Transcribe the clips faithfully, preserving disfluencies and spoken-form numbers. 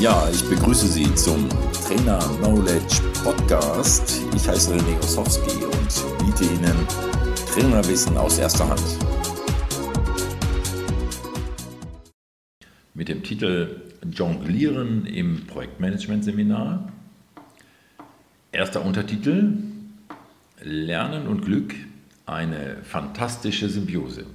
Ja, ich begrüße Sie zum Trainer Knowledge Podcast. Ich heiße René Ossowski und biete Ihnen Trainerwissen aus erster Hand. Mit dem Titel Jonglieren im Projektmanagement-Seminar. Erster Untertitel: Lernen und Glück, eine fantastische Symbiose.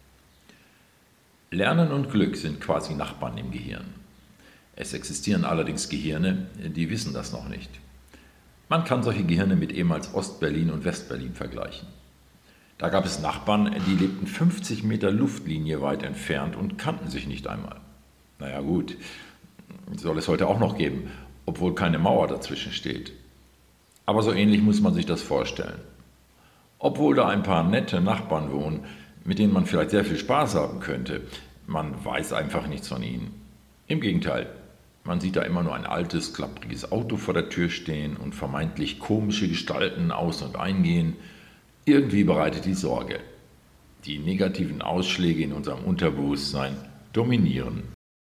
Lernen und Glück sind quasi Nachbarn im Gehirn. Es existieren allerdings Gehirne, die wissen das noch nicht. Man kann solche Gehirne mit ehemals Ostberlin und Westberlin vergleichen. Da gab es Nachbarn, die lebten fünfzig Meter Luftlinie weit entfernt und kannten sich nicht einmal. Naja gut, soll es heute auch noch geben, obwohl keine Mauer dazwischen steht. Aber so ähnlich muss man sich das vorstellen. Obwohl da ein paar nette Nachbarn wohnen, mit denen man vielleicht sehr viel Spaß haben könnte, man weiß einfach nichts von ihnen. Im Gegenteil, man sieht da immer nur ein altes, klappriges Auto vor der Tür stehen und vermeintlich komische Gestalten aus- und eingehen. Irgendwie bereitet die Sorge. Die negativen Ausschläge in unserem Unterbewusstsein dominieren.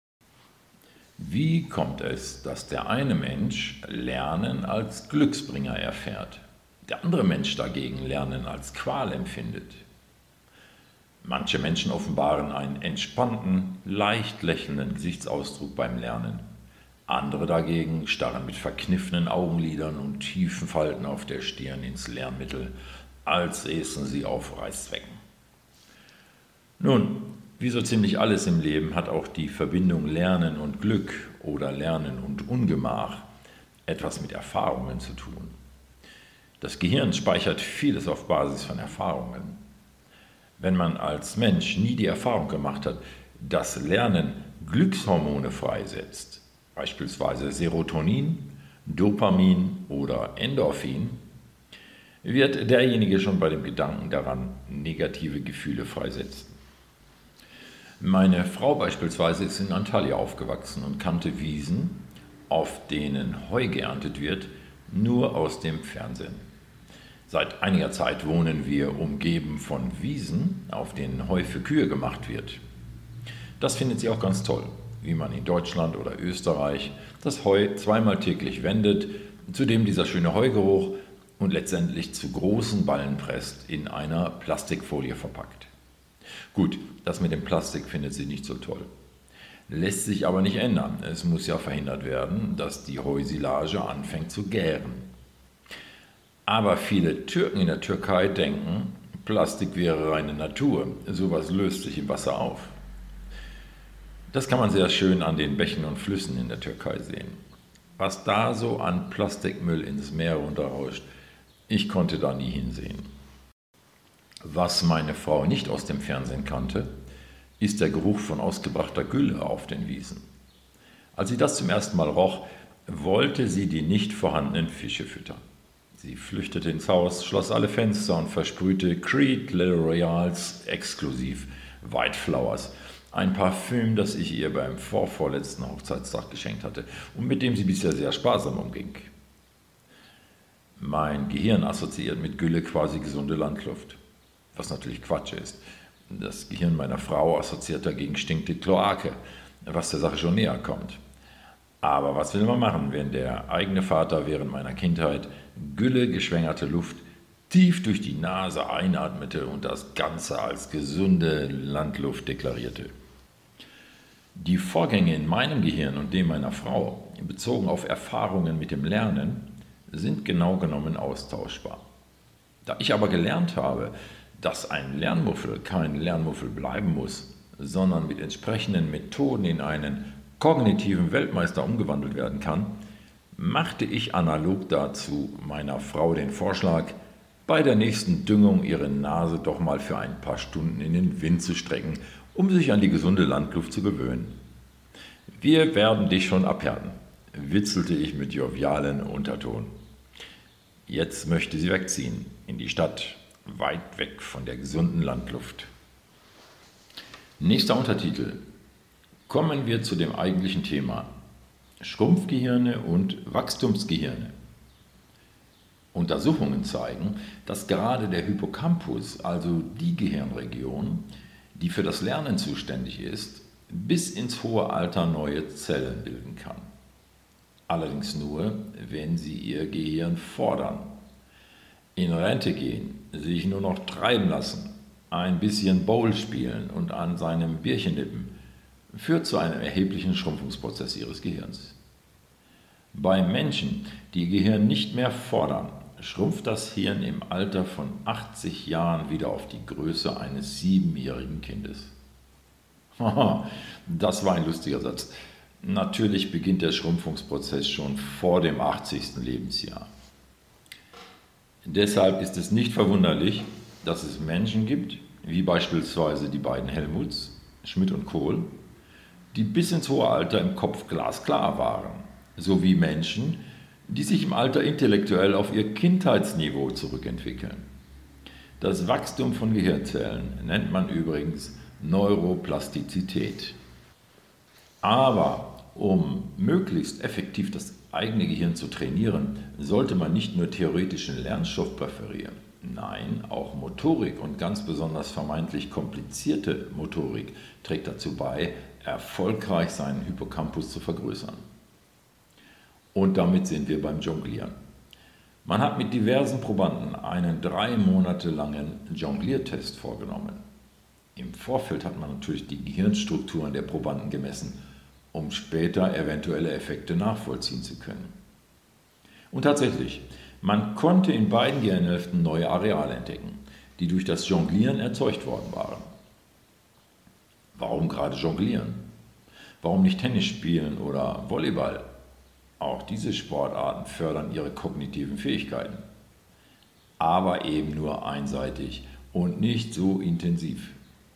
Wie kommt es, dass der eine Mensch Lernen als Glücksbringer erfährt, der andere Mensch dagegen Lernen als Qual empfindet? Manche Menschen offenbaren einen entspannten, leicht lächelnden Gesichtsausdruck beim Lernen. Andere dagegen starren mit verkniffenen Augenlidern und tiefen Falten auf der Stirn ins Lernmittel, als säßen sie auf Reißzwecken. Nun, wie so ziemlich alles im Leben hat auch die Verbindung Lernen und Glück oder Lernen und Ungemach etwas mit Erfahrungen zu tun. Das Gehirn speichert vieles auf Basis von Erfahrungen. Wenn man als Mensch nie die Erfahrung gemacht hat, dass Lernen Glückshormone freisetzt, beispielsweise Serotonin, Dopamin oder Endorphin, wird derjenige schon bei dem Gedanken daran negative Gefühle freisetzen. Meine Frau beispielsweise ist in Antalya aufgewachsen und kannte Wiesen, auf denen Heu geerntet wird, nur aus dem Fernsehen. Seit einiger Zeit wohnen wir umgeben von Wiesen, auf denen Heu für Kühe gemacht wird. Das findet sie auch ganz toll, wie man in Deutschland oder Österreich das Heu zweimal täglich wendet, zudem dieser schöne Heugeruch und letztendlich zu großen Ballen presst, in einer Plastikfolie verpackt. Gut, das mit dem Plastik findet sie nicht so toll. Lässt sich aber nicht ändern. Es muss ja verhindert werden, dass die Heusilage anfängt zu gären. Aber viele Türken in der Türkei denken, Plastik wäre reine Natur, sowas löst sich im Wasser auf. Das kann man sehr schön an den Bächen und Flüssen in der Türkei sehen. Was da so an Plastikmüll ins Meer runterrauscht, ich konnte da nie hinsehen. Was meine Frau nicht aus dem Fernsehen kannte, ist der Geruch von ausgebrachter Gülle auf den Wiesen. Als sie das zum ersten Mal roch, wollte sie die nicht vorhandenen Fische füttern. Sie flüchtete ins Haus, schloss alle Fenster und versprühte Creed Little Royals exklusiv White Flowers, ein Parfüm, das ich ihr beim vorvorletzten Hochzeitstag geschenkt hatte und mit dem sie bisher sehr sparsam umging. Mein Gehirn assoziiert mit Gülle quasi gesunde Landluft, was natürlich Quatsch ist. Das Gehirn meiner Frau assoziiert dagegen stinkte Kloake, was der Sache schon näher kommt. Aber was will man machen, wenn der eigene Vater während meiner Kindheit Gülle geschwängerte Luft tief durch die Nase einatmete und das Ganze als gesunde Landluft deklarierte? Die Vorgänge in meinem Gehirn und dem meiner Frau, bezogen auf Erfahrungen mit dem Lernen, sind genau genommen austauschbar. Da ich aber gelernt habe, dass ein Lernmuffel kein Lernmuffel bleiben muss, sondern mit entsprechenden Methoden in einen kognitiven Weltmeister umgewandelt werden kann, machte ich analog dazu meiner Frau den Vorschlag, bei der nächsten Düngung ihre Nase doch mal für ein paar Stunden in den Wind zu strecken, um sich an die gesunde Landluft zu gewöhnen. Wir werden dich schon abhärten, witzelte ich mit jovialen Unterton. Jetzt möchte sie wegziehen, in die Stadt, weit weg von der gesunden Landluft. Nächster Untertitel. Kommen wir zu dem eigentlichen Thema: Schrumpfgehirne und Wachstumsgehirne. Untersuchungen zeigen, dass gerade der Hippocampus, also die Gehirnregion, die für das Lernen zuständig ist, bis ins hohe Alter neue Zellen bilden kann. Allerdings nur, wenn sie ihr Gehirn fordern. In Rente gehen, sich nur noch treiben lassen, ein bisschen Bowl spielen und an seinem Bierchen nippen, führt zu einem erheblichen Schrumpfungsprozess ihres Gehirns. Bei Menschen, die ihr Gehirn nicht mehr fordern, schrumpft das Hirn im Alter von achtzig Jahren wieder auf die Größe eines siebenjährigen Kindes. Haha, das war ein lustiger Satz. Natürlich beginnt der Schrumpfungsprozess schon vor dem achtzigsten Lebensjahr. Deshalb ist es nicht verwunderlich, dass es Menschen gibt, wie beispielsweise die beiden Helmuts, Schmidt und Kohl, die bis ins hohe Alter im Kopf glasklar waren, sowie Menschen, die sich im Alter intellektuell auf ihr Kindheitsniveau zurückentwickeln. Das Wachstum von Gehirnzellen nennt man übrigens Neuroplastizität. Aber um möglichst effektiv das eigene Gehirn zu trainieren, sollte man nicht nur theoretischen Lernstoff präferieren. Nein, auch Motorik und ganz besonders vermeintlich komplizierte Motorik trägt dazu bei, erfolgreich seinen Hippocampus zu vergrößern. Und damit sind wir beim Jonglieren. Man hat mit diversen Probanden einen drei Monate langen Jongliertest vorgenommen. Im Vorfeld hat man natürlich die Gehirnstrukturen der Probanden gemessen, um später eventuelle Effekte nachvollziehen zu können. Und tatsächlich, man konnte in beiden Gehirnhälften neue Areale entdecken, die durch das Jonglieren erzeugt worden waren. Warum gerade Jonglieren? Warum nicht Tennis spielen oder Volleyball? Auch diese Sportarten fördern ihre kognitiven Fähigkeiten, aber eben nur einseitig und nicht so intensiv.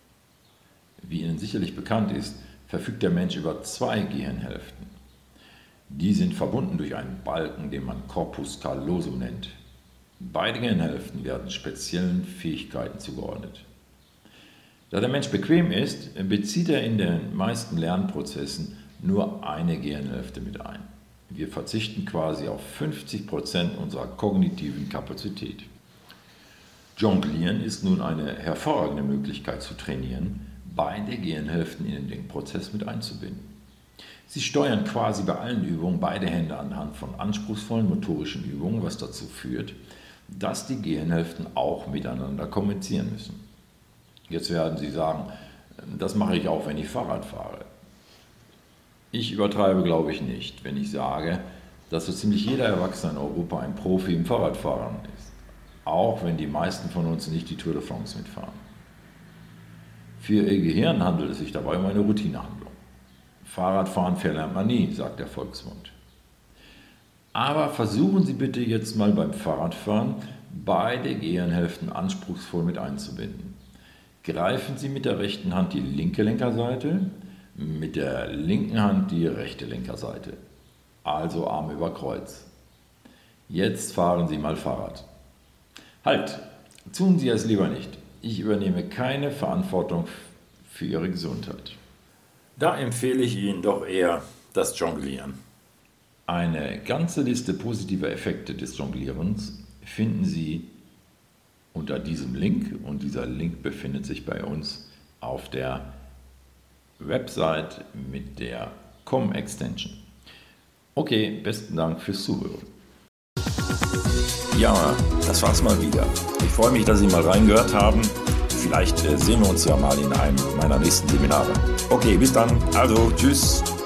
Wie Ihnen sicherlich bekannt ist, verfügt der Mensch über zwei Gehirnhälften. Die sind verbunden durch einen Balken, den man Corpus callosum nennt. Beide Gehirnhälften werden speziellen Fähigkeiten zugeordnet. Da der Mensch bequem ist, bezieht er in den meisten Lernprozessen nur eine Gehirnhälfte mit ein. Wir verzichten quasi auf fünfzig Prozent unserer kognitiven Kapazität. Jonglieren ist nun eine hervorragende Möglichkeit zu trainieren, beide Gehirnhälften in den Prozess mit einzubinden. Sie steuern quasi bei allen Übungen beide Hände anhand von anspruchsvollen motorischen Übungen, was dazu führt, dass die Gehirnhälften auch miteinander kommunizieren müssen. Jetzt werden Sie sagen, das mache ich auch, wenn ich Fahrrad fahre. Ich übertreibe, glaube ich, nicht, wenn ich sage, dass so ziemlich jeder Erwachsene in Europa ein Profi im Fahrradfahren ist, auch wenn die meisten von uns nicht die Tour de France mitfahren. Für ihr Gehirn handelt es sich dabei um eine Routinehandlung. Fahrradfahren verlernt man nie, sagt der Volksmund. Aber versuchen Sie bitte jetzt mal beim Fahrradfahren, beide Gehirnhälften anspruchsvoll mit einzubinden. Greifen Sie mit der rechten Hand die linke Lenkerseite, mit der linken Hand die rechte Lenkerseite, also Arme über Kreuz. Jetzt fahren Sie mal Fahrrad. Halt, tun Sie es lieber nicht. Ich übernehme keine Verantwortung für Ihre Gesundheit. Da empfehle ich Ihnen doch eher das Jonglieren. Eine ganze Liste positiver Effekte des Jonglierens finden Sie unter diesem Link, und dieser Link befindet sich bei uns auf der Website mit der C O M-Extension. Okay, besten Dank fürs Zuhören. Ja, das war's mal wieder. Ich freue mich, dass Sie mal reingehört haben. Vielleicht äh, sehen wir uns ja mal in einem meiner nächsten Seminare. Okay, bis dann. Also, tschüss.